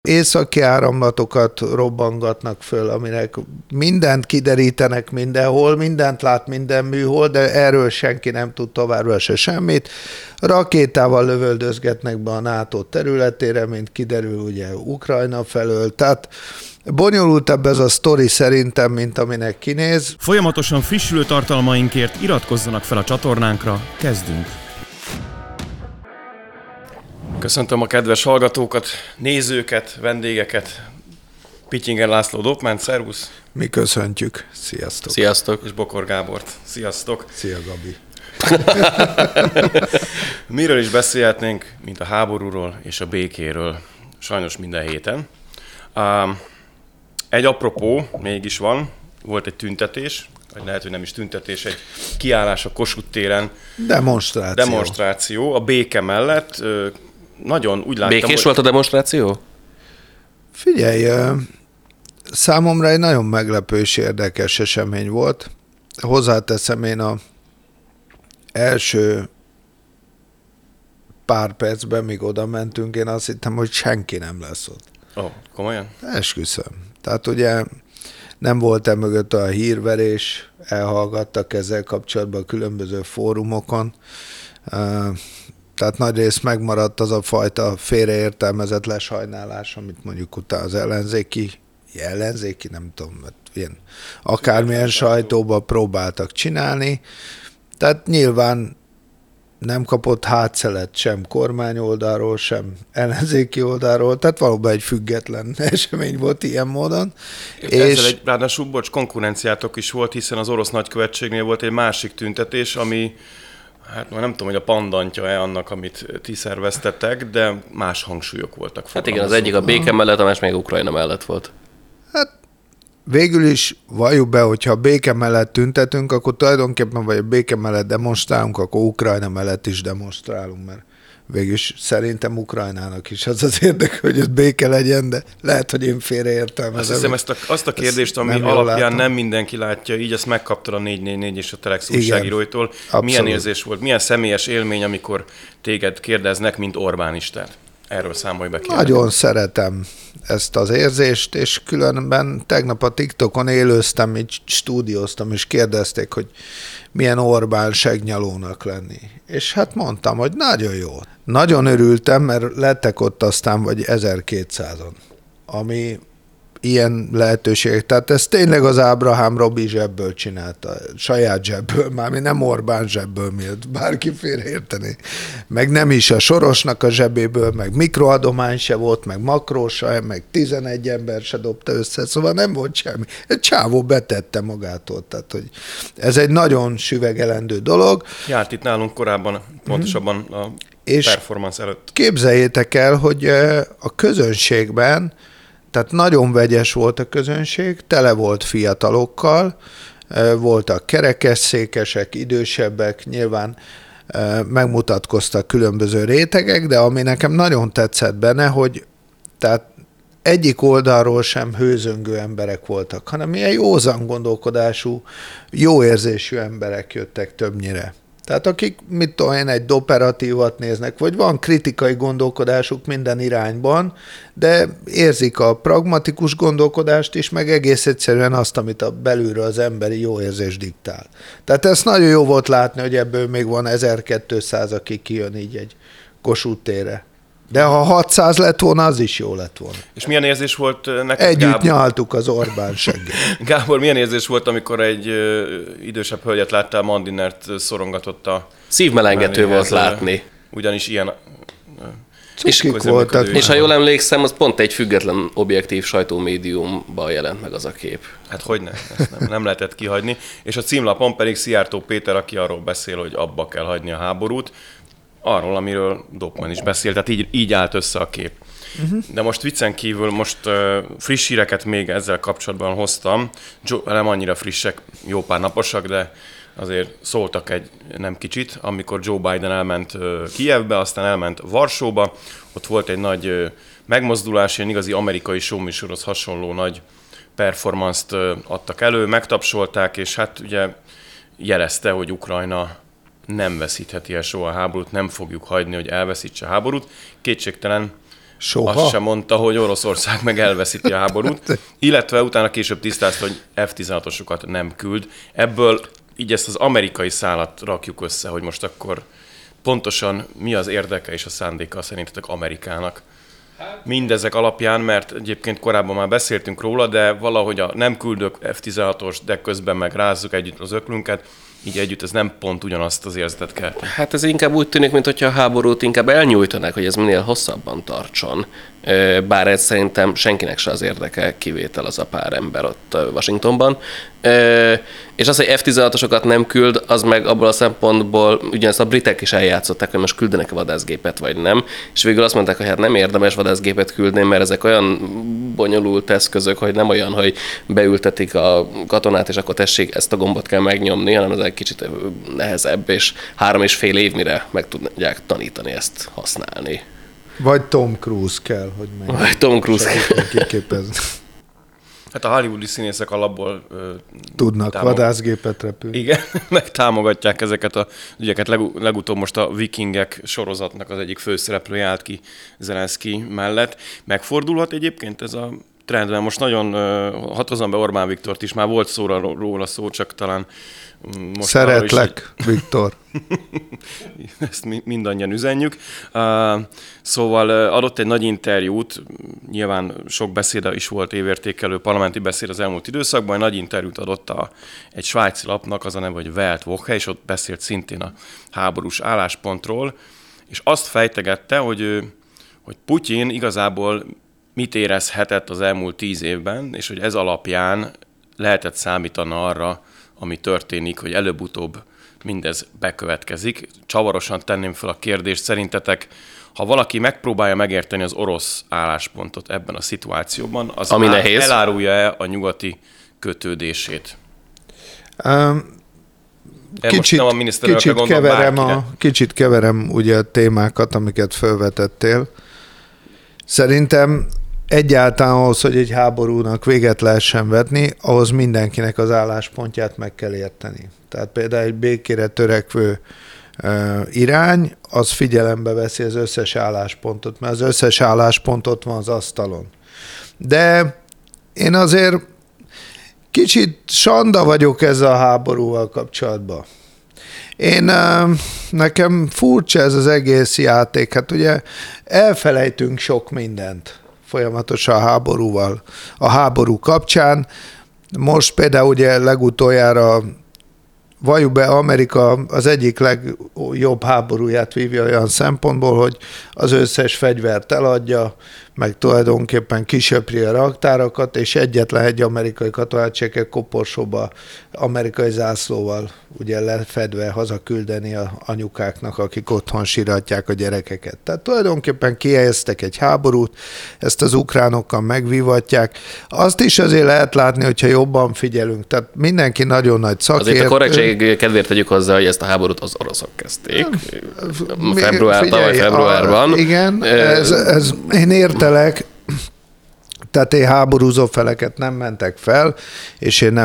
Északi áramlatokat robbangatnak föl, aminek mindent kiderítenek mindenhol, mindent lát minden műhold, de erről senki nem tud továbbra se semmit. Rakétával lövöldözgetnek be a NATO területére, mint kiderül ugye Ukrajna felől. Tehát bonyolultabb ez a sztori szerintem, mint aminek kinéz. Folyamatosan frissülő tartalmainkért iratkozzanak fel a csatornánkra, kezdünk! Köszöntöm a kedves hallgatókat, nézőket, vendégeket. Pityinger László Dopmánt, szervusz! Mi köszöntjük. Sziasztok! Sziasztok! És Bokor Gábort. Sziasztok! Szia, Gabi! Miről is beszélhetnénk, mint a háborúról és a békéről, sajnos minden héten. Egy apropó mégis van, volt egy tüntetés, vagy lehet, hogy nem is tüntetés, egy kiállás a Kossuth téren. Demonstráció a béke mellett. Nagyon úgy láttam, békés volt a demonstráció? Figyelj, számomra egy nagyon meglepő és érdekes esemény volt. Hozzáteszem, én az első pár percben, míg oda mentünk, én azt hittem, hogy senki nem lesz ott. Komolyan? Esküszöm. Tehát ugye nem volt mögött a hírverés, elhallgattak ezzel kapcsolatban a különböző fórumokon. Tehát nagyrészt megmaradt az a fajta félreértelmezett lesajnálás, amit mondjuk utána az ellenzéki, nem tudom, ilyen akármilyen sajtóban próbáltak csinálni. Tehát nyilván nem kapott hátszelet sem kormány oldalról, sem ellenzéki oldalról, tehát valóban egy független esemény volt ilyen módon. Ezzel egy ráadásul, konkurenciátok is volt, hiszen az orosz nagykövetségnél volt egy másik tüntetés, ami, hát már nem tudom, hogy a pandantja-e annak, amit ti szerveztetek, de más hangsúlyok voltak. Hát igen, az egyik a béke mellett, a másik meg Ukrajna mellett volt. Hát végül is valljuk be, hogyha a béke mellett tüntetünk, akkor tulajdonképpen, vagy a béke mellett demonstrálunk, akkor Ukrajna mellett is demonstrálunk, mert végül is szerintem Ukrajnának is az érdeke, hogy ez béke legyen, de lehet, hogy én félreértelmezem. Azt hiszem, azt a kérdést, ami alapján nem mindenki látja, így ezt megkaptad a 444 és a Telex újságíróitól. Milyen érzés volt, milyen személyes élmény, amikor téged kérdeznek, mint Orbánistát? Erről számolj be, kérlek. Nagyon szeretem ezt az érzést, és különben tegnap a TikTokon élőztem, így stúdióztam, és kérdezték, hogy milyen Orbán segnyalónak lenni. És hát mondtam, hogy nagyon jó. Nagyon örültem, mert lettek ott aztán vagy 1200-on, ami ilyen lehetőségek. Tehát ez tényleg az Ábrahám Robi zsebből csinálta, saját zsebből, mármi nem Orbán zsebből, miért bárki félreérteni. Meg nem is a Sorosnak a zsebéből, meg mikroadomány se volt, meg makró se, meg 11 ember se dobta össze, szóval nem volt semmi. Egy csávó betette magától, tehát hogy ez egy nagyon süvegelendő dolog. Járt itt nálunk korábban, pontosabban a performance előtt. Képzeljétek el, hogy a közönségben, tehát nagyon vegyes volt a közönség, tele volt fiatalokkal, voltak kerekesszékesek, idősebbek, nyilván megmutatkoztak különböző rétegek, de ami nekem nagyon tetszett benne, hogy tehát egyik oldalról sem hőzöngő emberek voltak, hanem ilyen józan gondolkodású, jó érzésű emberek jöttek többnyire. Tehát akik, mit tudom én, egy operatívat néznek, vagy van kritikai gondolkodásuk minden irányban, de érzik a pragmatikus gondolkodást is, meg egész egyszerűen azt, amit a belülről az emberi jó érzés diktál. Tehát ezt nagyon jó volt látni, hogy ebből még van 1200, aki kijön így egy Kossuth térre. De ha 600 lett volna, az is jó lett volna. És milyen érzés volt neked, Együtt Gábor? Nyaltuk az Orbán seggel. Gábor, milyen érzés volt, amikor egy idősebb hölgyet láttál, Mandinert szorongatott a... Szívmelengető volt látni. Ugyanis ilyen... Cukik voltak. És ha jól emlékszem, az pont egy független objektív sajtómédiumban jelent meg az a kép. Hát hogyne, ezt nem lehetett kihagyni. És a címlapon pedig Szijjártó Péter, aki arról beszél, hogy abba kell hagyni a háborút, arról, amiről Dopman is beszélt, tehát így állt össze a kép. De most viccen kívül, most friss híreket még ezzel kapcsolatban hoztam, nem annyira frissek, jó pár naposak, de azért szóltak egy nem kicsit, amikor Joe Biden elment Kijevbe, aztán elment Varsóba, ott volt egy nagy megmozdulás, egy igazi amerikai showműsorhoz hasonló nagy performance-t adtak elő, megtapsolták, és hát ugye jelezte, hogy Ukrajna nem veszítheti el soha a háborút, nem fogjuk hagyni, hogy elveszítse a háborút. Kétségtelen Soha? Azt sem mondta, hogy Oroszország meg elveszíti a háborút, illetve utána később tisztázta, hogy F-16-osokat nem küld. Ebből így ezt az amerikai szálat rakjuk össze, hogy most akkor pontosan mi az érdeke és a szándéka szerintetek Amerikának. Mindezek alapján, mert egyébként korábban már beszéltünk róla, de valahogy a nem küldök F-16-os, de közben meg rázzuk együtt az öklünket, így együtt ez nem pont ugyanazt az érzetet kelt. Hát ez inkább úgy tűnik, mintha a háborút inkább elnyújtanák, hogy ez minél hosszabban tartson. Bár ez szerintem senkinek se az érdeke, kivétel az a pár ember ott Washingtonban. És az, hogy F-16-osokat nem küld, az meg abból a szempontból ugyanezt a britek is eljátszották, hogy most küldenek vadászgépet vagy nem. És végül azt mondták, hogy hát nem érdemes vadászgépet küldeni, mert ezek olyan bonyolult eszközök, hogy nem olyan, hogy beültetik a katonát, és akkor tessék, ezt a gombot kell megnyomni, hanem ez egy kicsit nehezebb, és 3,5 év mire meg tudják tanítani ezt használni. Vagy Tom Cruise kell, hogy meg. Vagy Tom Cruise kell Kiképezni. Hát a hollywoodi színészek alapból Tudnak vadászgépet repülni. Igen, meg támogatják ezeket a ügyeket. Legutóbb most a Vikingek sorozatnak az egyik főszereplője állt ki Zelenszky mellett. Megfordulhat egyébként ez a trend, mert most nagyon hatozom be Orbán Viktort is, már volt szóra róla szó, csak talán most szeretlek, is, Viktor. Ezt mindannyian üzenjük. Szóval adott egy nagy interjút, nyilván sok beszéde is volt, évértékelő parlamenti beszéd az elmúlt időszakban, egy nagy interjút adott egy svájci lapnak, az a neve, hogy Welt Woche, és ott beszélt szintén a háborús álláspontról, és azt fejtegette, hogy Putyin igazából mit érezhetett az elmúlt 10 évben, és hogy ez alapján lehetett számítani arra, ami történik, hogy előbb-utóbb mindez bekövetkezik. Csavarosan tenném fel a kérdést, szerintetek, ha valaki megpróbálja megérteni az orosz álláspontot ebben a szituációban, az elárulja-e a nyugati kötődését? Kicsit keverem ugye a témákat, amiket felvetettél. Szerintem egyáltalán ahhoz, hogy egy háborúnak véget lehessen vetni, ahhoz mindenkinek az álláspontját meg kell érteni. Tehát például egy békére törekvő irány, az figyelembe veszi az összes álláspontot, mert az összes álláspont ott van az asztalon. De én azért kicsit sanda vagyok ezzel a háborúval kapcsolatban. Nekem furcsa ez az egész játék. Hát ugye elfelejtünk sok mindent folyamatosan a háború kapcsán. Most például ugye legutoljára valljuk be, Amerika az egyik legjobb háborúját vívja olyan szempontból, hogy az összes fegyvert eladja, meg tulajdonképpen kisöpri a raktárakat, és egyetlen egy amerikai katonát se kell koporsóba amerikai zászlóval ugye lefedve hazaküldeni a anyukáknak, akik otthon síratják a gyerekeket. Tehát tulajdonképpen kihelyeztek egy háborút, ezt az ukránokkal megvívatják. Azt is azért lehet látni, hogyha jobban figyelünk. Tehát mindenki nagyon nagy szakértő. Azért a korrektség kedvéért tegyük hozzá, hogy ezt a háborút az oroszok kezdték. Februárban. Igen, én értelek, tehát én háborúzó feleket nem mentek fel, és én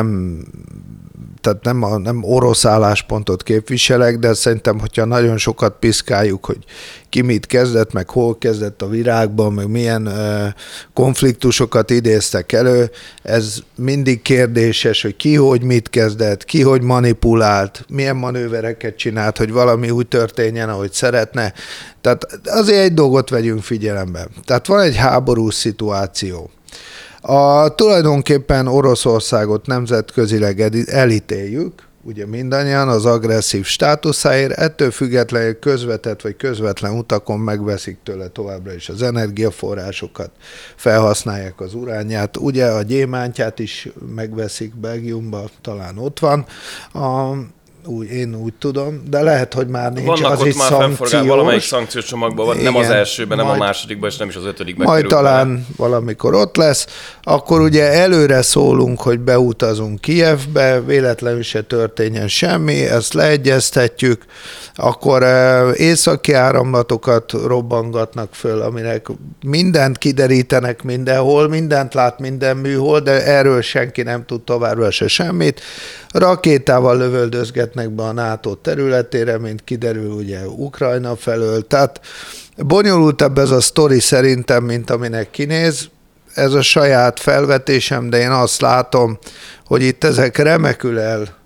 nem orosz álláspontot képviselek, de szerintem, hogyha nagyon sokat piszkáljuk, hogy ki mit kezdett, meg hol kezdett a virágban, meg milyen konfliktusokat idéztek elő, ez mindig kérdéses, hogy ki hogy mit kezdett, ki hogy manipulált, milyen manővereket csinált, hogy valami úgy történjen, ahogy szeretne. Tehát azért egy dolgot vegyünk figyelembe. Tehát van egy háborús szituáció. Tulajdonképpen Oroszországot nemzetközileg elítéljük, ugye mindannyian az agresszív státuszáért, ettől függetlenül közvetett vagy közvetlen utakon megveszik tőle továbbra is az energiaforrásokat, felhasználják az uránját, ugye a gyémántját is megveszik Belgiumban, talán ott van, én úgy tudom, de lehet, hogy már nincs. Vannak az ott is már szankciós. Valamelyik szankciós csomagban van, nem az elsőben, nem a másodikban, és nem is az ötödikben. Majd talán valamikor ott lesz. Akkor ugye előre szólunk, hogy beutazunk Kijevbe, véletlenül se történjen semmi, ezt leegyeztetjük, akkor északi áramlatokat robbangatnak föl, aminek mindent kiderítenek mindenhol, mindent lát minden műhold, de erről senki nem tud továbbra se semmit. Rakétával lövöldözgetnek be a NATO területére, mint kiderül ugye Ukrajna felől. Tehát Bonyolultabb ez a sztori szerintem, mint aminek kinéz. Ez a saját felvetésem, de én azt látom, hogy itt ezek remekül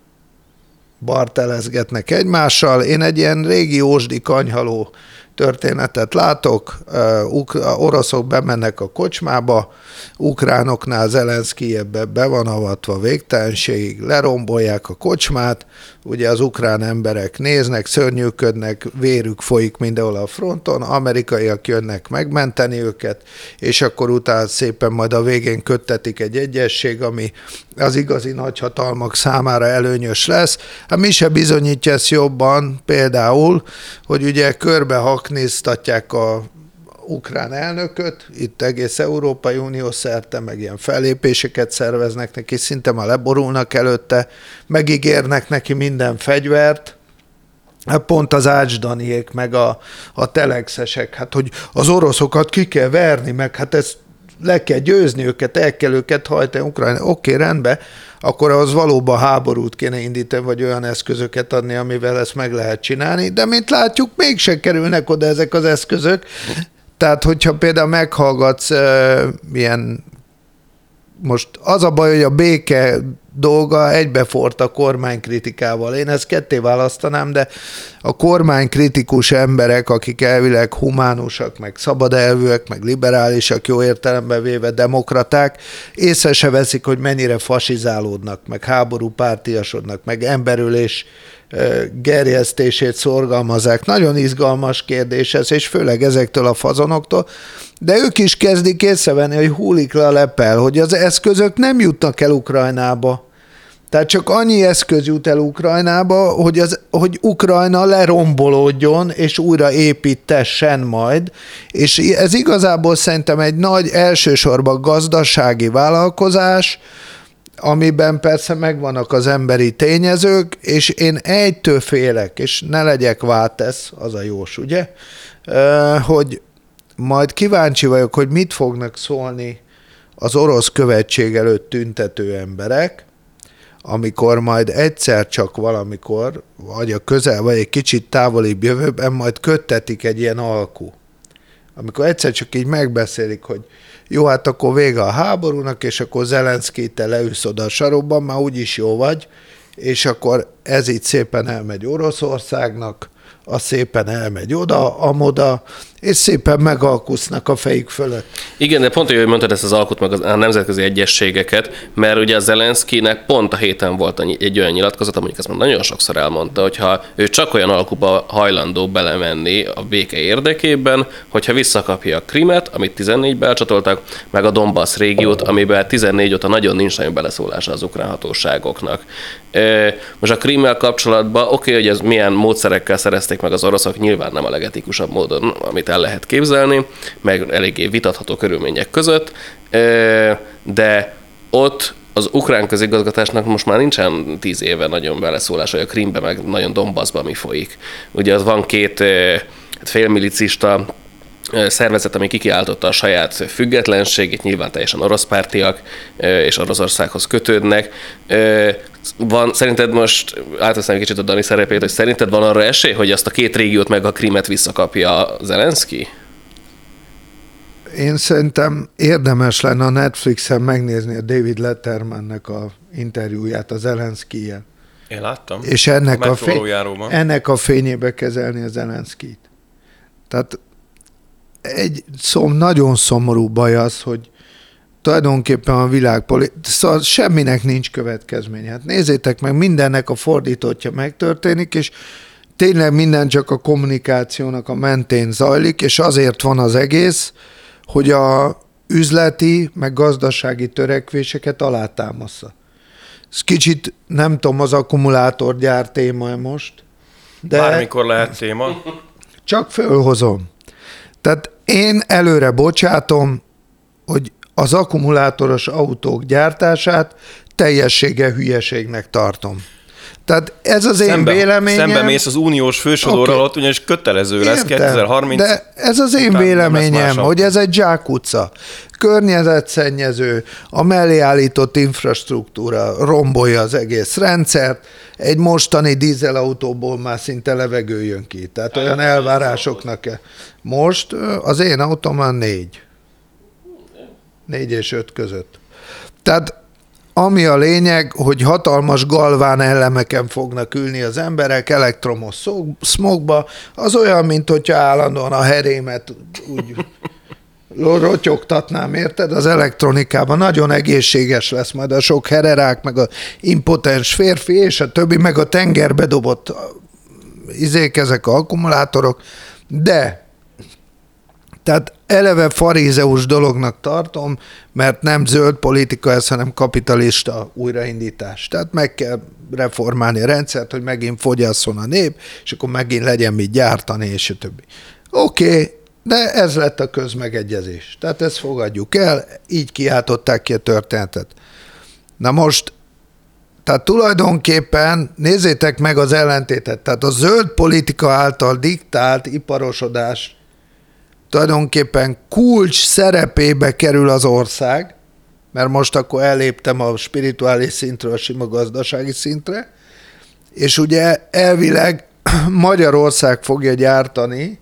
bartelezgetnek egymással. Én egy ilyen régi ósdi kanyhaló történetet látok, oroszok bemennek a kocsmába, ukránoknál Zelenszkij ebbe be van avatva végtelenségig, lerombolják a kocsmát, ugye az ukrán emberek néznek, szörnyűködnek, vérük folyik mindenhol a fronton, amerikaiak jönnek megmenteni őket, és akkor utána szépen majd a végén köttetik egy egyesség, ami az igazi nagyhatalmak számára előnyös lesz. Hát mi se bizonyítja ezt jobban, például, hogy ugye körbehaknisztatják a ukrán elnököt, itt egész Európai Unió szerte, meg ilyen fellépéseket szerveznek neki, szinte már leborulnak előtte, megígérnek neki minden fegyvert, hát pont az Ácsdaniék, meg a telexesek, hát hogy az oroszokat ki kell verni, meg hát ezt le kell győzni őket, el kell őket hajtani Ukrajna. Oké, rendben, akkor az valóban háborút kéne indítani, vagy olyan eszközöket adni, amivel ezt meg lehet csinálni, de mint látjuk, mégse kerülnek oda ezek az eszközök. Tehát, hogyha például meghallgatsz ilyen, most az a baj, hogy a béke dolga egybefort a kormánykritikával. Én ezt ketté választanám, de a kormánykritikus emberek, akik elvileg humánusak, meg szabadelvűek, meg liberálisak, jó értelemben véve demokraták, észre se veszik, hogy mennyire fasizálódnak, meg háborúpártiasodnak, meg emberölés gerjesztését szorgalmazzák. Nagyon izgalmas kérdés ez, és főleg ezektől a fazonoktól, de ők is kezdik észrevenni, hogy húlik le a lepel, hogy az eszközök nem jutnak el Ukrajnába. Tehát csak annyi eszköz jut el Ukrajnába, hogy Ukrajna lerombolódjon, és újra építessen majd, és ez igazából szerintem egy nagy, elsősorban gazdasági vállalkozás, amiben persze megvannak az emberi tényezők, és én egytől félek, és ne legyek vátesz, az a jós, ugye, hogy majd kíváncsi vagyok, hogy mit fognak szólni az orosz követség előtt tüntető emberek, amikor majd egyszer csak valamikor, vagy a közel, vagy egy kicsit távolibb jövőben majd köttetik egy ilyen alkú. Amikor egyszer csak így megbeszélik, hogy jó, hát akkor vége a háborúnak, és akkor Zelenszkij, te leülsz oda a sarokban, már úgyis jó vagy, és akkor ez így szépen elmegy Oroszországnak, az szépen elmegy oda, amoda, és szépen megalkusznak a fejük fölött. Igen, de pont hogy mondtad ezt az alkut, meg a nemzetközi egyességeket, mert ugye a Zelenszkijnek pont a héten volt egy olyan nyilatkozata, mondjuk ezt már nagyon sokszor elmondta, hogyha ő csak olyan alkuba hajlandó belemenni a béke érdekében, hogyha visszakapja a Krimet, amit 14-ben elcsatoltak, meg a Donbass régiót, amiben 14 óta nagyon nincs nagyon beleszólása az ukrán hatóságoknak. Most a Krimmel kapcsolatban oké, hogy ez milyen módszerekkel szerezték meg az oroszok, nyilván nem a legetikusabb módon, amit el lehet képzelni, meg eléggé vitatható körülmények között, de ott az ukrán közigazgatásnak most már nincsen 10 éve nagyon beleszólás, hogy a Krimbe, meg nagyon Donbassban mi folyik. Ugye az van két félmilicista szervezet, ami kikiáltotta a saját függetlenségét, nyilván teljesen oroszpártiak, és Oroszországhoz kötődnek. Szerinted most átveszem egy kicsit a Dani szerepét, hogy szerinted van arra esély, hogy azt a két régiót meg a Krimet visszakapja Zelenszkij? Én szerintem érdemes lenne a Netflixen megnézni a David Lettermannek a interjúját a Zelenszkijjel. Én láttam. És ennek a fényébe kezelni a Zelenszkijt. Tehát egy nagyon szomorú baj az, hogy tulajdonképpen a szóval semminek nincs következmény. Hát nézzétek meg, mindennek a fordítottja megtörténik, és tényleg minden csak a kommunikációnak a mentén zajlik, és azért van az egész, hogy a üzleti, meg gazdasági törekvéseket alátámaszza. Ez kicsit, nem tudom, az akkumulátorgyár téma most, de bármikor lehet téma. Csak fölhozom. Tehát én előre bocsátom, hogy az akkumulátoros autók gyártását teljessége hülyeségnek tartom. Tehát ez az én véleményem. Szembe mész az uniós fősodorral, ott ugyanis kötelező lesz 2030. De ez az én véleményem, hogy ez egy zsákutca. Környezetszennyező, a mellé állított infrastruktúra rombolja az egész rendszert, egy mostani dízelautóból már szinte levegő jön ki. Tehát olyan elvárásoknak kell. Most az én autóm már 4 és 5 között. Tehát ami a lényeg, hogy hatalmas galván elemeken fognak ülni az emberek elektromos smogba, az olyan, mint hogyha állandóan a herémet úgy rotyogtatnám, érted? Az elektronikában nagyon egészséges lesz majd a sok hererák, meg a impotens férfi, és a többi, meg a tengerbe dobott ezek a akkumulátorok, de tehát eleve farízeus dolognak tartom, mert nem zöld politika ez, hanem kapitalista újraindítás. Tehát meg kell reformálni a rendszert, hogy megint fogyasszon a nép, és akkor megint legyen mit gyártani, és a többi. Oké, de ez lett a közmegegyezés. Tehát ezt fogadjuk el, így kiáltották ki a történetet. Na most, tehát tulajdonképpen nézzétek meg az ellentétet. Tehát a zöld politika által diktált iparosodás tulajdonképpen kulcs szerepébe kerül az ország, mert most akkor elléptem a spirituális szintről a sima gazdasági szintre, és ugye elvileg Magyarország fogja gyártani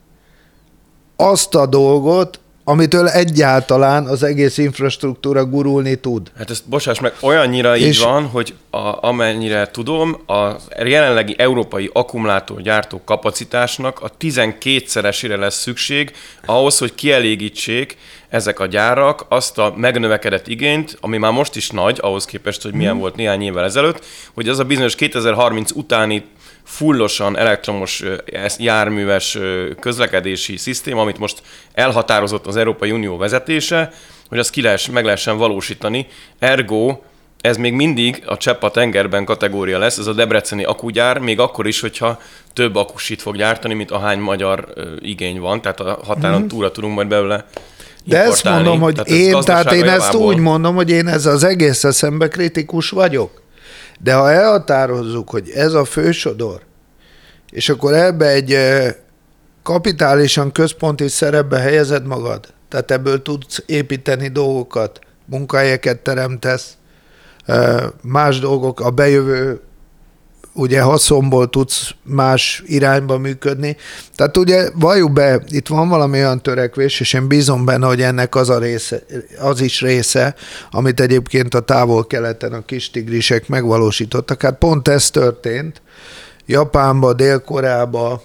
azt a dolgot, amitől egyáltalán az egész infrastruktúra gurulni tud. Hát ezt bocsáss meg, olyannyira így van, hogy amennyire tudom, a jelenlegi európai akkumulátorgyártó kapacitásnak a 12-szeresére lesz szükség ahhoz, hogy kielégítsék ezek a gyárak azt a megnövekedett igényt, ami már most is nagy, ahhoz képest, hogy milyen volt néhány évvel ezelőtt, hogy az a bizonyos 2030 utáni fullosan elektromos járműves közlekedési szisztéma, amit most elhatározott az Európai Unió vezetése, hogy azt meg lehessen valósítani. Ergo, ez még mindig a csepp a tengerben kategória lesz, ez a debreceni akugyár, még akkor is, hogyha több akusit fog gyártani, mint ahány magyar igény van, tehát a határon túlra tudunk majd belőle de ezt mondom, hogy én ezt úgy mondom, hogy én ezzel az egész szembe kritikus vagyok. De ha elhatározzuk, hogy ez a fősodor, és akkor ebbe egy kapitálisan központi szerepbe helyezed magad, tehát ebből tudsz építeni dolgokat, munkahelyeket teremtesz, más dolgok, a bejövő ugye haszonból tudsz más irányba működni. Tehát ugye valljuk be, itt van valami olyan törekvés, és én bízom benne, hogy ennek az is része, amit egyébként a távol-keleten a kis tigrisek megvalósítottak. Hát pont ez történt Japánba, Dél-Koreába,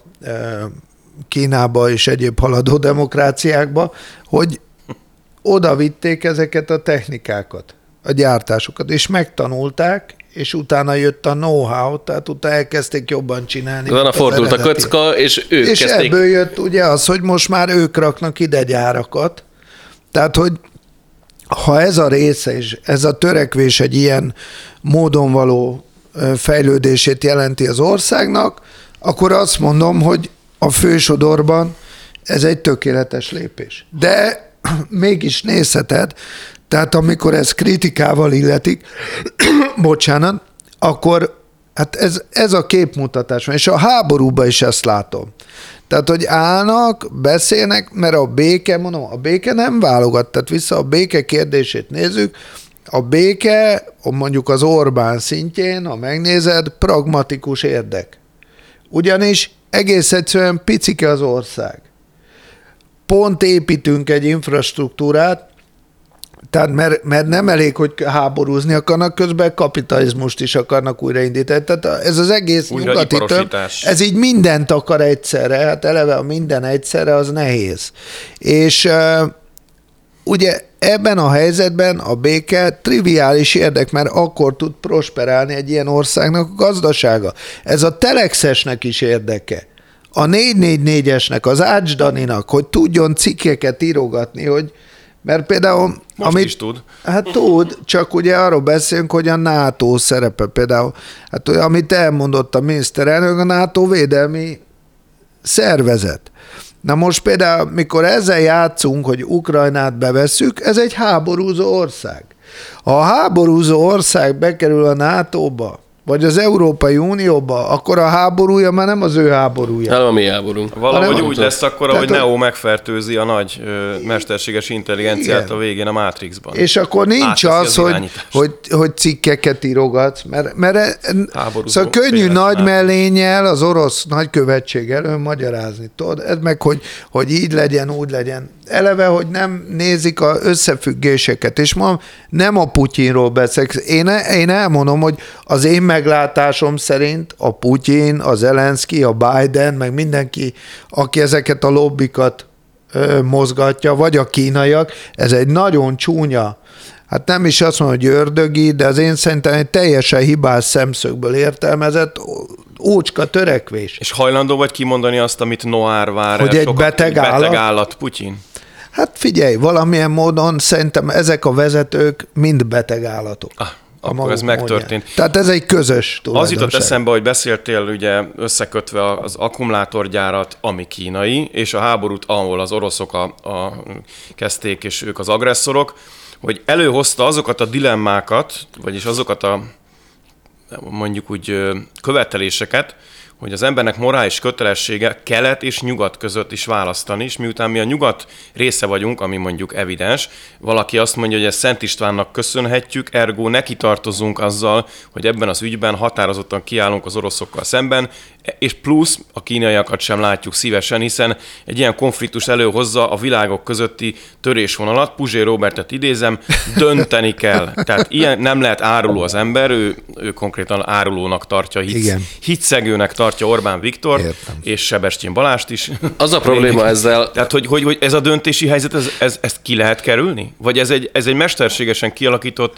Kínába és egyéb haladó demokráciákba, hogy oda vitték ezeket a technikákat, a gyártásokat, és megtanulták, és utána jött a know-how, tehát utána elkezdték jobban csinálni. Utána fordult a kocka, és ők és kezdték. Ebből jött ugye az, hogy most már ők raknak ide gyárakat. Tehát, hogy ha ez a része, és ez a törekvés egy ilyen módon való fejlődését jelenti az országnak, akkor azt mondom, hogy a fősodorban ez egy tökéletes lépés. De mégis nézheted, tehát amikor ez kritikával illetik, bocsánat, akkor hát ez a képmutatás van, és a háborúban is ezt látom. Tehát, hogy állnak, beszélnek, mert a béke, mondom, a béke nem válogat, tehát vissza a béke kérdését nézzük, a béke, mondjuk az Orbán szintjén, ha megnézed, pragmatikus érdek. Ugyanis egész egyszerűen picike az ország. Pont építünk egy infrastruktúrát, tehát mert nem elég, hogy háborúzni akarnak, közben kapitalizmust is akarnak újraindítani. Tehát ez az egész nyugati több, ez így mindent akar egyszerre, hát eleve a minden egyszerre, az nehéz. És ugye ebben a helyzetben a béke triviális érdek, mert akkor tud prosperálni egy ilyen országnak a gazdasága. Ez a Telexesnek is érdeke. A 444-esnek, az Ács Daninak, hogy tudjon cikkeket írogatni, hogy mert például... Most is tud. Hát tud, csak ugye arról beszélünk, hogy a NATO szerepe például. Hát amit elmondott a miniszterelnök, a NATO védelmi szervezet. Na most például, mikor ezzel játszunk, hogy Ukrajnát bevesszük, ez egy háborúzó ország. Ha a háborúzó ország bekerül a NATO-ba, vagy az Európai Unióba, akkor a háborúja már nem az ő háborúja. Nem a mi háborunk. Valahogy Nem úgy tudom. lesz akkor, ahogy Neo megfertőzi a nagy mesterséges intelligenciát Igen. a végén a Matrixban. És akkor nincs Átveszi az, irányítást. hogy cikkeket írogatsz, mert Háborúzó szóval könnyű félre nagy csinálni. mellénnyel az orosz nagykövetség elől magyarázni, tudod? Ez meg, hogy így legyen, úgy legyen. Eleve, hogy nem nézik az összefüggéseket, és ma nem a Putyinról beszélek. Én elmondom, hogy az én meglátásom szerint a Putyin, a Zelenszky, a Biden, meg mindenki, aki ezeket a lobbikat mozgatja, vagy a kínaiak, ez egy nagyon csúnya, hát nem is azt mondom, hogy ördögi, de az én szerintem egy teljesen hibás szemszögből értelmezett ócska törekvés. És hajlandó vagy kimondani azt, amit Noár vár Hogy el egy sokat, beteg állat? állat Putyin? Hát figyelj, valamilyen módon szerintem ezek a vezetők mind beteg állatok. A Akkor maguk ez megtörtént. módján. Tehát ez egy közös Az tulajdonság. jutott eszembe, hogy beszéltél ugye összekötve az akkumulátorgyárat, ami kínai, és a háborút, ahol az oroszok kezdték, és ők az agresszorok, hogy előhozta azokat a dilemmákat, vagyis azokat a mondjuk úgy követeléseket, hogy az embernek morális kötelessége kelet és nyugat között is választani, és miután mi a nyugat része vagyunk, ami mondjuk evidens, valaki azt mondja, hogy ezt Szent Istvánnak köszönhetjük, ergo neki tartozunk azzal, hogy ebben az ügyben határozottan kiállunk az oroszokkal szemben, és plusz a kínaiakat sem látjuk szívesen, hiszen egy ilyen konfliktus előhozza a világok közötti törésvonalat, Puzsé Robertet idézem, dönteni kell. Tehát ilyen nem lehet áruló az ember, ő konkrétan árulónak tartja, hitszegőnek tartja Orbán Viktort, Értem. és Sebestyén Balást is. Az a probléma ezzel... Tehát, hogy ez a döntési helyzet, ezt ki lehet kerülni? Vagy ez egy mesterségesen kialakított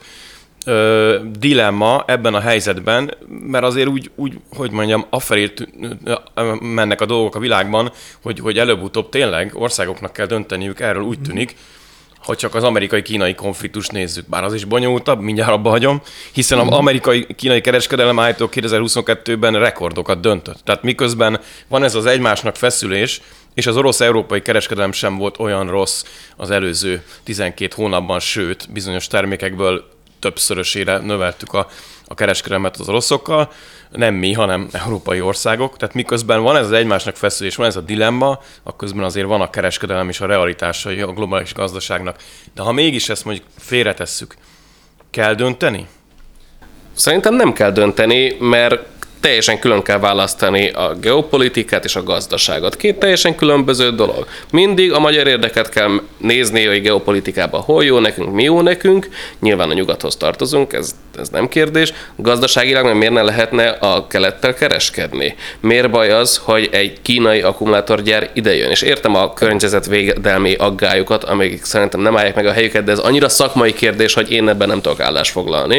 dilemma ebben a helyzetben, mert azért úgy hogy mondjam, afelé mennek a dolgok a világban, hogy előbb-utóbb tényleg országoknak kell dönteniük, erről úgy tűnik, hogy csak az amerikai-kínai konfliktust nézzük, bár az is bonyolultabb, mindjárt abba hagyom, hiszen az amerikai-kínai kereskedelem állítólag 2022-ben rekordokat döntött. Tehát miközben van ez az egymásnak feszülés, és az orosz-európai kereskedelem sem volt olyan rossz az előző 12 hónapban, sőt, bizonyos termékekből többszörösére növeltük a kereskedelmet az oroszokkal, nem mi, hanem európai országok. Tehát miközben van ez az egymásnak feszülés, van ez a dilemma, akközben azért van a kereskedelem és a realitásai a globális gazdaságnak. De ha mégis ezt mondjuk félretesszük, kell dönteni? Szerintem nem kell dönteni, mert teljesen külön kell választani a geopolitikát és a gazdaságot. Két teljesen különböző dolog. Mindig a magyar érdeket kell nézni, hogy geopolitikában hol jó nekünk, mi jó nekünk. Nyilván a nyugathoz tartozunk, ez nem kérdés. Gazdaságilag meg miért ne lehetne a kelettel kereskedni? Miért baj az, hogy egy kínai akkumulátorgyár idejön? És értem a környezetvédelmi aggályokat, amik szerintem nem állják meg a helyüket, de ez annyira szakmai kérdés, hogy én ebben nem tudok állást foglalni.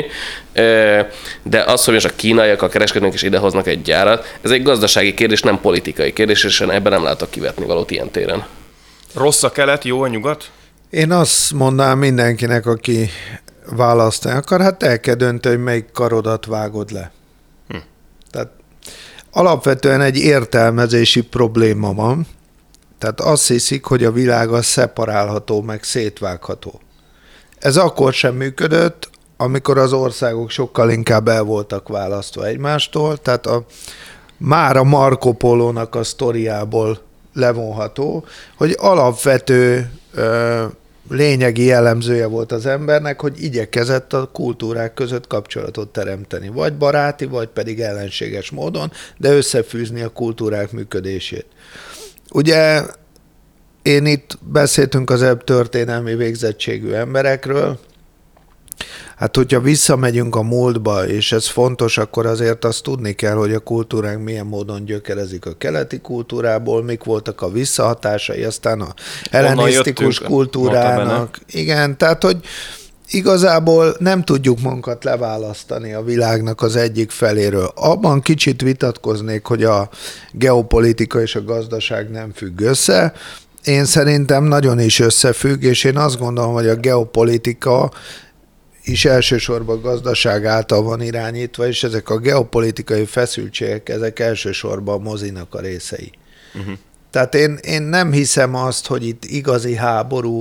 De az, hogy most a kínaiakkal kereskedünk és idehoznak egy gyárat, ez egy gazdasági kérdés, nem politikai kérdés, és én ebben nem látok kivetni valót ilyen téren. Rossz a kelet, jó a nyugat? Én azt mondanám mindenkinek, aki választani akar, hát el kell dönteni, hogy melyik karodat vágod le. Tehát alapvetően egy értelmezési probléma van. Tehát azt hiszik, hogy a világ az szeparálható, meg szétvágható. Ez akkor sem működött, amikor az országok sokkal inkább el voltak választva egymástól, tehát már a Marco Polónak a sztoriából levonható, hogy alapvető lényegi jellemzője volt az embernek, hogy igyekezett a kultúrák között kapcsolatot teremteni, vagy baráti, vagy pedig ellenséges módon, de összefűzni a kultúrák működését. Ugye én itt beszéltünk az előbb történelmi végzettségű emberekről, hát, hogyha visszamegyünk a múltba, és ez fontos, akkor azért azt tudni kell, hogy a kultúránk milyen módon gyökerezik a keleti kultúrából, mik voltak a visszahatásai, aztán a hellenisztikus kultúrának. Igen, tehát, hogy igazából nem tudjuk magunkat leválasztani a világnak az egyik feléről. Abban kicsit vitatkoznék, hogy a geopolitika és a gazdaság nem függ össze. Én szerintem nagyon is összefügg, és én azt gondolom, hogy a geopolitika is elsősorban gazdaság által van irányítva, és ezek a geopolitikai feszültségek, ezek elsősorban a mozinak a részei. Tehát én nem hiszem azt, hogy itt igazi háború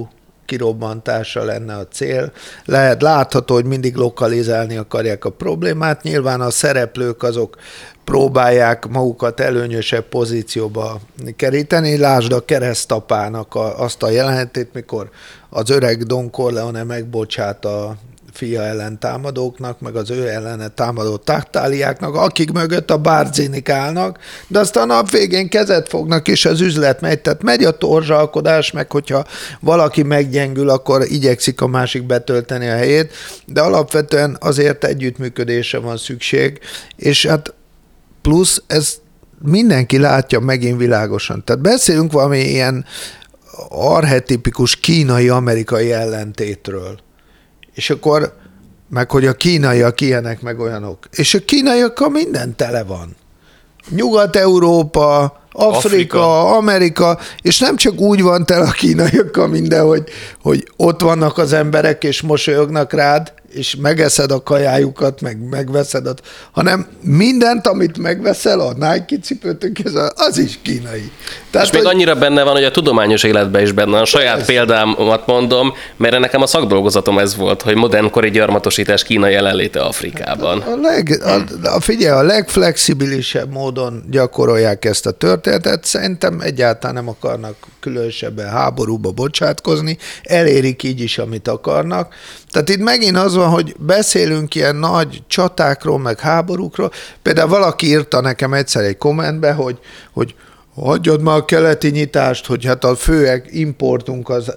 kirobbantása lenne a cél. Látható, hogy mindig lokalizálni akarják a problémát. Nyilván a szereplők azok próbálják magukat előnyösebb pozícióba keríteni. Lásd a keresztapának azt a jelenetét, mikor az öreg Don Corleone megbocsát a fia ellen támadóknak, meg az ő ellene támadó taktáliáknak, akik mögött a Barzinik állnak, de aztán a nap végén kezet fognak, és az üzlet megy. Tehát megy a torzsalkodás, meg hogyha valaki meggyengül, akkor igyekszik a másik betölteni a helyét, de alapvetően azért együttműködésre van szükség, és hát plusz ez mindenki látja megint világosan. Tehát beszélünk valami ilyen archetipikus kínai-amerikai ellentétről. És akkor, meg hogy a kínaiak ilyenek, meg olyanok. És a kínaiakkal minden tele van. Nyugat-Európa, Afrika, Amerika, és nem csak úgy van tele a kínaiakkal minden, hogy ott vannak az emberek, és mosolyognak rád, és megeszed a kajájukat, meg megveszed, hanem mindent, amit megveszel, a Nike cipőtök, az is kínai. Tehát, és még annyira benne van, hogy a tudományos életben is benne van. A saját példámat mondom, mert nekem a szakdolgozatom ez volt, hogy modernkori gyarmatosítás Kína jelenléte Afrikában. Figyelj, a legflexibilisebb módon gyakorolják ezt a történetet. Szerintem egyáltalán nem akarnak különösebben háborúba bocsátkozni, elérik így is, amit akarnak. Tehát itt megint az van, hogy beszélünk ilyen nagy csatákról, meg háborúkról. Például valaki írta nekem egyszer egy kommentbe, hogy hagyjad már a keleti nyitást, hogy hát a fő importunk az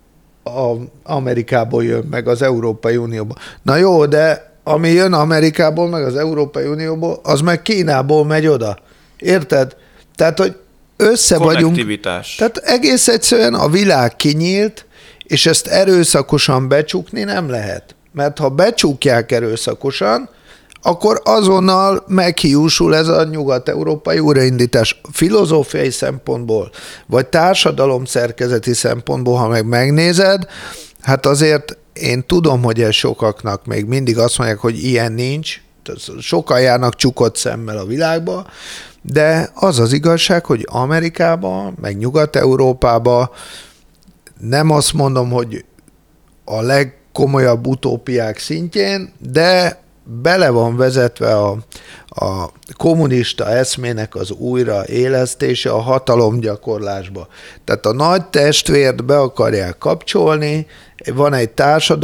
Amerikából jön, meg az Európai Unióból. Na jó, de ami jön Amerikából, meg az Európai Unióból, az meg Kínából megy oda. Érted? Tehát, hogy össze vagyunk. Tehát egész egyszerűen a világ kinyílt, és ezt erőszakosan becsukni nem lehet. Mert ha becsukják erőszakosan, akkor azonnal meghiúsul ez a nyugat-európai újraindítás. Filozófiai szempontból, vagy társadalomszerkezeti szempontból, ha megnézed, hát azért én tudom, hogy ez sokaknak még mindig azt mondják, hogy ilyen nincs, sokan járnak csukott szemmel a világba, de az az igazság, hogy Amerikában, meg Nyugat-Európában nem azt mondom, hogy a legkomolyabb utópiák szintjén, de bele van vezetve a kommunista eszmének az újraélesztése a hatalomgyakorlásba. Tehát a nagy testvért be akarják kapcsolni, van egy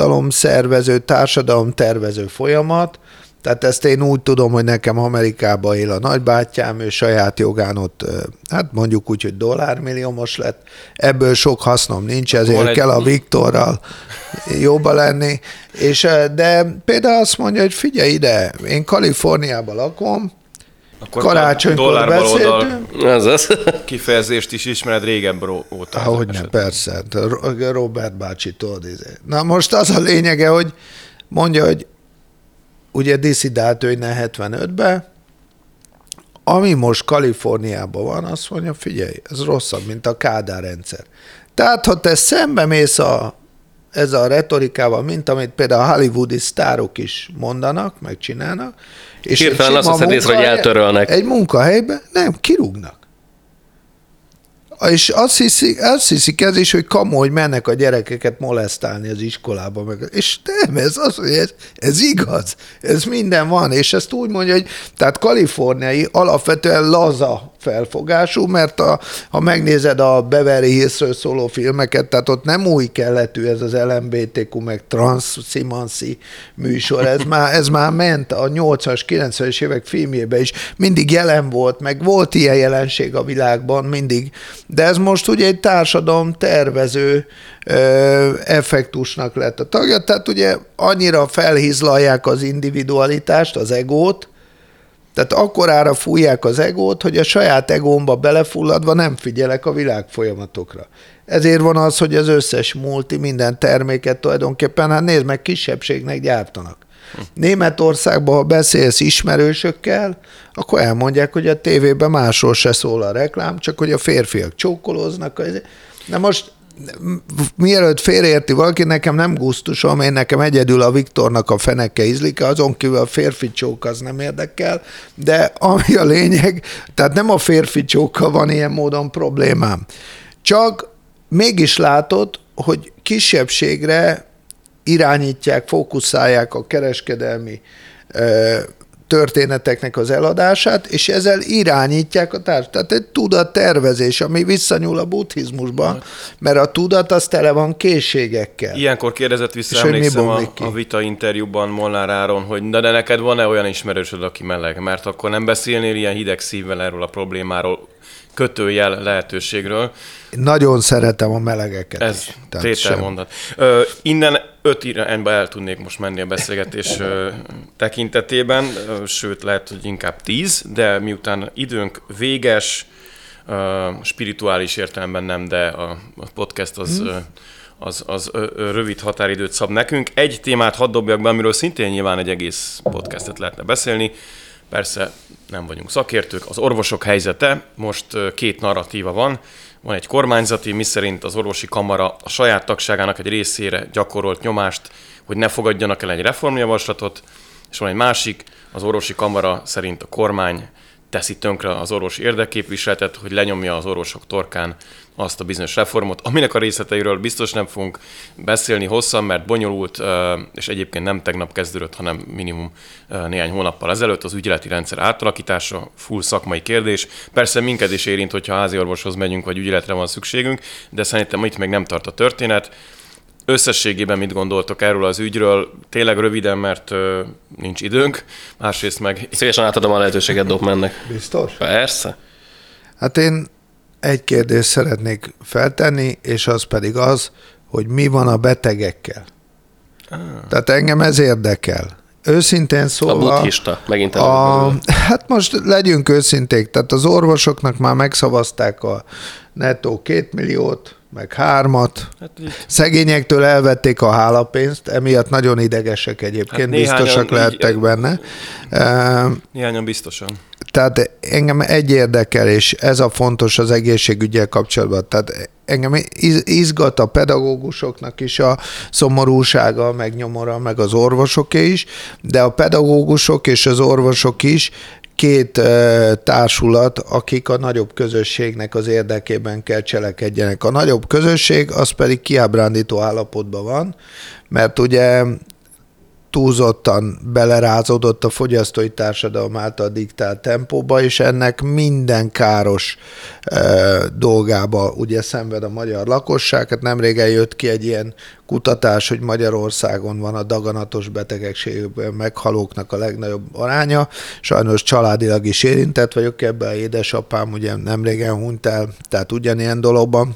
társadalomtervező folyamat, tehát ezt én úgy tudom, hogy nekem Amerikában él a nagybátyám, ő saját jogán ott, hát mondjuk úgy, hogy dollármilliómos lett, ebből sok hasznom nincs, ezért kell a Viktorral jobba lenni, de például azt mondja, hogy figyelj ide, én Kaliforniában lakom, akkor karácsonykor beszéltünk. Kifejezést is ismered régebb óta. Ahogyne, persze, Robert bácsi tudod. Na most az a lényege, hogy mondja, hogy ugye disszidált ő innen 75-ben, ami most Kaliforniában van, azt mondja, figyelj, ez rosszabb, mint a Kádár rendszer. Tehát, ha te szembe mész ezzel a retorikával, mint amit például a hollywoodi sztárok is mondanak, megcsinálnak, és hirtelen azt hiszed észre, hogy eltörölnek. Egy munkahelyben nem, kirúgnak. És azt hiszik ez is, hogy kamu, hogy mennek a gyerekeket molesztálni az iskolába. És nem, ez az, hogy ez igaz. Ez minden van. És ezt úgy mondja, hogy tehát kaliforniai alapvetően laza felfogású, mert ha megnézed a Beverly Hillsről szóló filmeket, tehát ott nem új keletű ez az LMBTQ, meg transzszimanszi műsor. Ez már ment a 80-as, 90-es évek filmjében is. Mindig jelen volt, meg volt ilyen jelenség a világban, mindig. De ez most ugye egy társadalom tervező effektusnak lett a tagja, tehát ugye annyira felhizlalják az individualitást, az egót, tehát akkorára fújják az egót, hogy a saját egómba belefulladva nem figyelek a világ folyamatokra. Ezért van az, hogy az összes multi minden terméket tulajdonképpen, hát nézd meg, kisebbségnek gyártanak. Németországban, ha beszélsz ismerősökkel, akkor elmondják, hogy a tévében másról se szól a reklám, csak hogy a férfiak csókolóznak. Na most, mielőtt félreérti valaki, nekem nem gusztusom, én nekem egyedül a Viktornak a feneke ízlik, azon kívül a férfi csók az nem érdekel, de ami a lényeg, tehát nem a férfi csókkal van ilyen módon problémám. Csak mégis látod, hogy kisebbségre irányítják, fókuszálják a kereskedelmi történeteknek az eladását, és ezzel irányítják a társadalmat. Tehát egy tudattervezés, ami visszanyúl a buddhizmusba, mert a tudat az tele van készségekkel. Ilyenkor kérdezett vissza, emlékszem a vita interjúban Molnár Áron, hogy de neked van-e olyan ismerősöd, aki meleg? Mert akkor nem beszélnél ilyen hideg szívvel erről a problémáról, kötőjel lehetőségről. Nagyon szeretem a melegeket. Ez tételmondat. Innen 5 irányba el tudnék most menni a beszélgetés tekintetében, sőt lehet, hogy inkább 10, de miután időnk véges, spirituális értelemben nem, de a podcast az rövid határidőt szab nekünk. Egy témát hadd dobjak be, amiről szintén nyilván egy egész podcastet lehetne beszélni. Persze nem vagyunk szakértők. Az orvosok helyzete, most 2 narratíva van. Van egy kormányzati, miszerint az orvosi kamara a saját tagságának egy részére gyakorolt nyomást, hogy ne fogadjanak el egy reformjavaslatot, és van egy másik, az orvosi kamara szerint a kormány teszi tönkre az orvosi érdekképviseletet, hogy lenyomja az orvosok torkán azt a bizonyos reformot, aminek a részleteiről biztos nem fogunk beszélni hosszan, mert bonyolult, és egyébként nem tegnap kezdődött, hanem minimum néhány hónappal ezelőtt az ügyeleti rendszer átalakítása, full szakmai kérdés. Persze minket is érint, hogyha háziorvoshoz megyünk, vagy ügyeletre van szükségünk, de szerintem itt még nem tart a történet. Összességében mit gondoltok erről az ügyről? Tényleg röviden, mert nincs időnk. Másrészt meg... Szívesen átadom a lehetőséget Dopmannek. Biztos? Persze. Hát én egy kérdést szeretnék feltenni, és az pedig az, hogy mi van a betegekkel. Tehát engem ez érdekel. Őszintén szólva... A buddhista, megint hát most legyünk őszinték, tehát az orvosoknak már megszavazták a nettó 2 milliót, meg 3-at. Hát szegényektől elvették a hálapénzt, emiatt nagyon idegesek egyébként, hát biztosak lehettek benne. Néhányan biztosan. Tehát engem egy érdekel, és ez a fontos az egészségügyel kapcsolatban. Tehát engem izgat a pedagógusoknak is a szomorúsága, meg nyomora, meg az orvosoké is, de a pedagógusok és az orvosok is 2 társulat, akik a nagyobb közösségnek az érdekében kell cselekedjenek. A nagyobb közösség az pedig kiábrándító állapotban van, mert ugye túlzottan belerázódott a fogyasztói társadalom által diktált tempóba, és ennek minden káros dolgába ugye szenved a magyar lakosság. Hát nemrégen jött ki egy ilyen kutatás, hogy Magyarországon van a daganatos betegségben meghalóknak a legnagyobb aránya. Sajnos családilag is érintett vagyok ebben, édesapám ugye nemrégen hunyt el, tehát ugyanilyen dologban.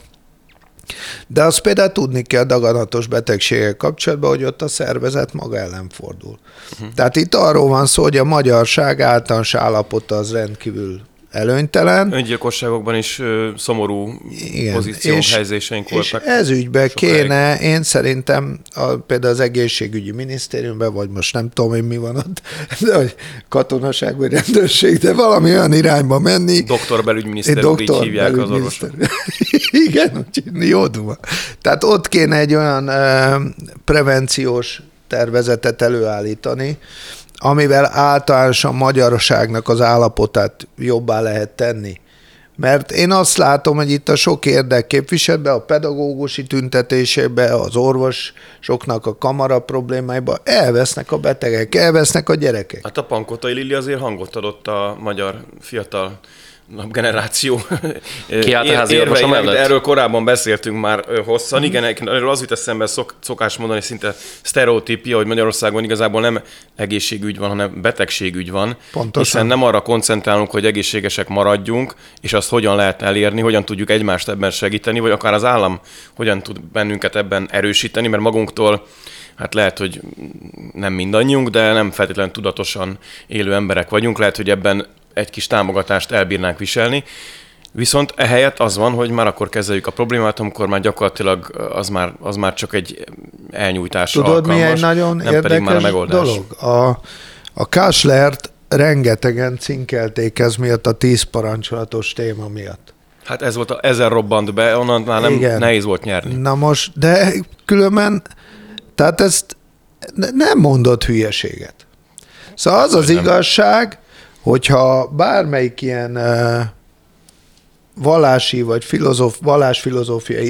De azt például tudni kell daganatos betegségek kapcsolatban, hogy ott a szervezet maga ellen fordul. Tehát itt arról van szó, hogy a magyarság általános állapota az rendkívül előnytelen. Öngyilkosságokban is szomorú pozíciók, helyzéseink voltak. És ez ügyben kéne, én szerintem például az egészségügyi minisztériumban, vagy most nem tudom, hogy mi van ott, de hogy katonaság vagy rendőrség, de valami olyan irányba menni. Doktorbelügyminiszter, így hívják az orvosok. Igen, jó duma. Tehát ott kéne egy olyan prevenciós tervezetet előállítani, amivel általánosan magyarságnak az állapotát jobbá lehet tenni. Mert én azt látom, hogy itt a sok érdekképviseletben, a pedagógusi tüntetésében, az orvosoknak a kamara problémáiban elvesznek a betegek, elvesznek a gyerekek. Hát a Pankotai Lili azért hangot adott a magyar fiatal generáció érveinek, de erről korábban beszéltünk már hosszan. Igen, erről az jut eszembe szokás mondani, szinte sztereotípia, hogy Magyarországon igazából nem egészségügy van, hanem betegségügy van. Pontosan. Hiszen nem arra koncentrálunk, hogy egészségesek maradjunk, és azt hogyan lehet elérni, hogyan tudjuk egymást ebben segíteni, vagy akár az állam hogyan tud bennünket ebben erősíteni, mert magunktól hát lehet, hogy nem mindannyiunk, de nem feltétlenül tudatosan élő emberek vagyunk. Lehet, hogy ebben egy kis támogatást elbírnánk viselni. Viszont ehelyett az van, hogy már akkor kezeljük a problémát, amikor már gyakorlatilag az már csak egy elnyújtásra alkalmas. Tudod, mi egy nagyon nem érdekes pedig már a megoldás. Dolog? A Kásslert rengetegen cinkelték ez miatt a 10 parancsolatos téma miatt. Hát ez volt, ezen robbant be, onnan már nem nehéz volt nyerni. Na most, de különben, tehát ezt nem mondott hülyeséget. Szóval az igazság, hogyha bármelyik ilyen vallási vagy vallásfilozófiai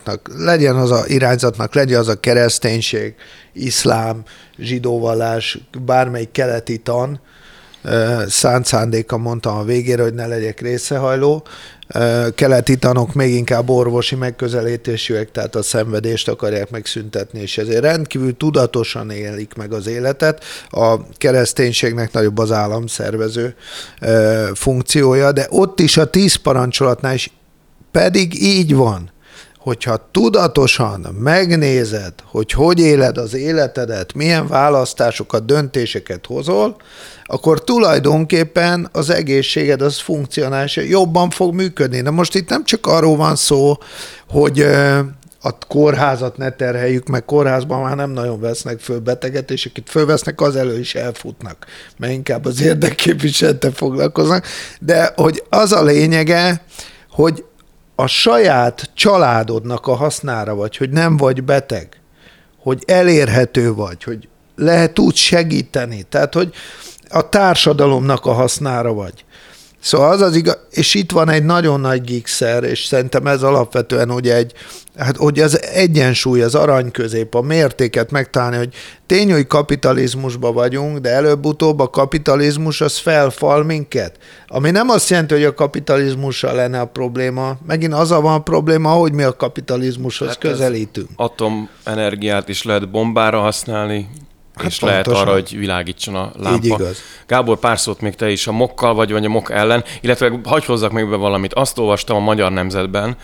irányzatnak legyen az a kereszténység, iszlám, zsidó vallás, bármelyik keleti tan, szánt szándéka mondtam a végére, hogy ne legyek részehajló. Keleti tanok még inkább orvosi megközelítésűek, tehát a szenvedést akarják megszüntetni, és ezért rendkívül tudatosan élik meg az életet. A kereszténységnek nagyobb az államszervező funkciója, de ott is a 10 parancsolatnál is pedig így van, hogyha tudatosan megnézed, hogy éled az életedet, milyen választásokat, döntéseket hozol, akkor tulajdonképpen az egészséged az funkcionális, jobban fog működni. De most itt nem csak arról van szó, hogy a kórházat ne terheljük, meg kórházban már nem nagyon vesznek föl beteget, és akit fölvesznek, az elő is elfutnak, mert inkább az érdekképviselettel foglalkoznak. De hogy az a lényege, hogy a saját családodnak a hasznára vagy, hogy nem vagy beteg, hogy elérhető vagy, hogy tudsz segíteni, tehát hogy a társadalomnak a hasznára vagy. Szóval az az igaz, és itt van egy nagyon nagy gigszer, és szerintem ez alapvetően ugye hogy az egyensúly, az aranyközép, a mértéket megtalálni, hogy tény, hogy kapitalizmusban vagyunk, de előbb-utóbb a kapitalizmus az felfal minket. Ami nem azt jelenti, hogy a kapitalizmussal lenne a probléma, megint az van a probléma, hogy mi a kapitalizmushoz közelítünk. Atomenergiát is lehet bombára használni, és pontosan. Lehet arra, hogy világítson a lámpa. Így igaz. Gábor, pár szót még te is a mokkal vagy a mok ellen, illetve hagyj hozzak még be valamit. Azt olvastam a Magyar Nemzetben,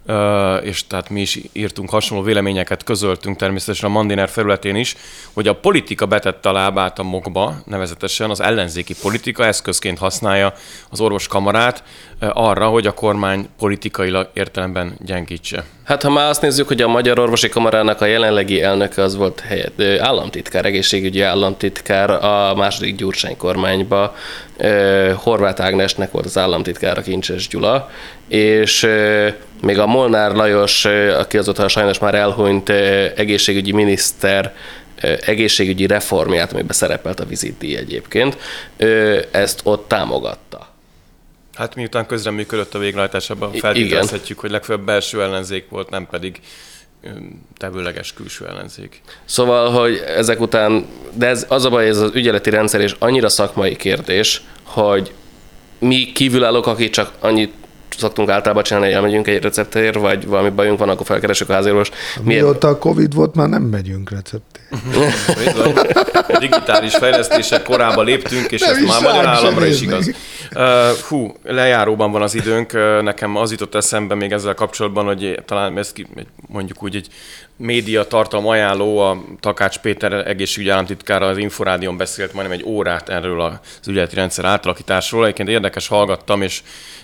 és tehát mi is írtunk hasonló véleményeket, közöltünk természetesen a Mandiner felületén is, hogy a politika betette a lábát a mokba, nevezetesen az ellenzéki politika eszközként használja az orvoskamarát arra, hogy a kormány politikailag értelemben gyengítse. Hát ha már azt nézzük, hogy a Magyar Orvosi Kamarának a jelenlegi elnöke az volt államtitkár, egészségügyi államtitkár a második Gyurcsány kormányba, Horváth Ágnesnek volt az államtitkára Kincses Gyula, és még a Molnár Lajos, aki azóta sajnos már elhunyt egészségügyi miniszter, egészségügyi reformját, amiben szerepelt a vizitdíj egyébként, ezt ott támogatta. Hát miután közreműködött a végrehajtásában, feltételezhetjük, hogy legfeljebb belső ellenzék volt, nem pedig tevőleges külső ellenzék. Szóval, hogy ezek után, de az a baj, ez az ügyeleti rendszer és annyira szakmai kérdés, hogy mi kívülállók, akik csak annyit szoktunk általában csinálni, hogy elmegyünk egy receptért, vagy valami bajunk van, akkor felkeresünk a háziorvost. Mióta a Covid volt, már nem megyünk receptért. Digitális fejlesztések korába léptünk, és ezt már magyar államra is igaz. Lejáróban van az időnk. Nekem az jutott eszembe még ezzel kapcsolatban, hogy talán ez mondjuk úgy egy média tartalom ajánló, a Takács Péter egészségügyi államtitkára az Inforádión beszélt majdnem egy órát erről az ügyeleti rendszer átalakításról. Egyébként érdekes, hallgattam, és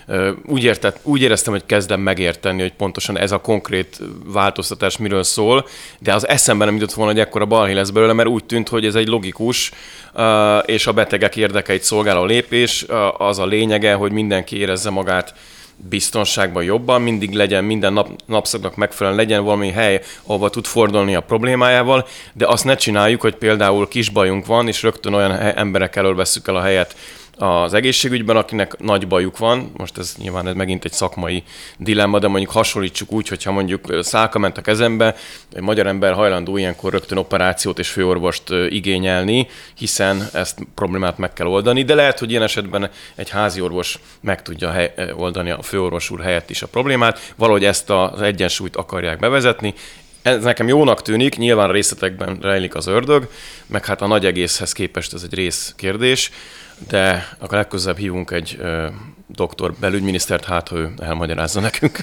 úgy éreztem, hogy kezdem megérteni, hogy pontosan ez a konkrét változtatás miről szól, de az eszemben nem jutott volna, hogy ekkora balhé lesz belőle, mert úgy tűnt, hogy ez egy logikus és a betegek érdekeit szolgáló lépés. Az a lényege, hogy mindenki érezze magát biztonságban jobban, mindig legyen, minden napszaknak megfelelően legyen valami hely, ahova tud fordulni a problémájával, de azt ne csináljuk, hogy például kis bajunk van, és rögtön olyan emberek elől vesszük el a helyet az egészségügyben, akinek nagy bajuk van. Most ez nyilván ez megint egy szakmai dilemma, de mondjuk hasonlítsuk úgy, hogyha mondjuk szálka ment a kezembe, egy magyar ember hajlandó ilyenkor rögtön operációt és főorvost igényelni, hiszen ezt problémát meg kell oldani, de lehet, hogy ilyen esetben egy háziorvos meg tudja oldani a főorvos úr helyett is a problémát, valahogy ezt az egyensúlyt akarják bevezetni. Ez nekem jónak tűnik, nyilván a részletekben rejlik az ördög, meg hát a nagy egészhez képest ez egy részkérdés, de akkor legközelebb hívunk egy doktor belügyminisztert, hát ha ő elmagyarázza nekünk.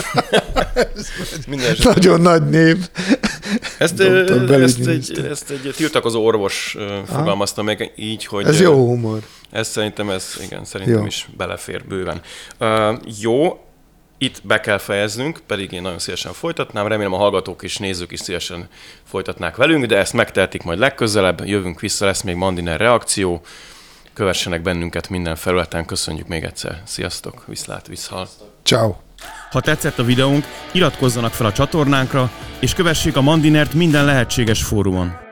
Nagyon nagy név. Ezt egy tiltakozó orvos fogalmazta meg így, hogy... Ez jó humor. Ez szerintem jó. Is belefér bőven. Jó. Itt be kell fejeznünk, pedig én nagyon szívesen folytatnám, remélem a hallgatók és nézők is szívesen folytatnák velünk, de ezt megtehetik majd legközelebb, jövünk vissza, lesz még Mandiner reakció, kövessenek bennünket minden felületen, köszönjük még egyszer, sziasztok, viszlát, viszhal. Ciao. Ha tetszett a videónk, iratkozzanak fel a csatornánkra, és kövessék a Mandinert minden lehetséges fórumon.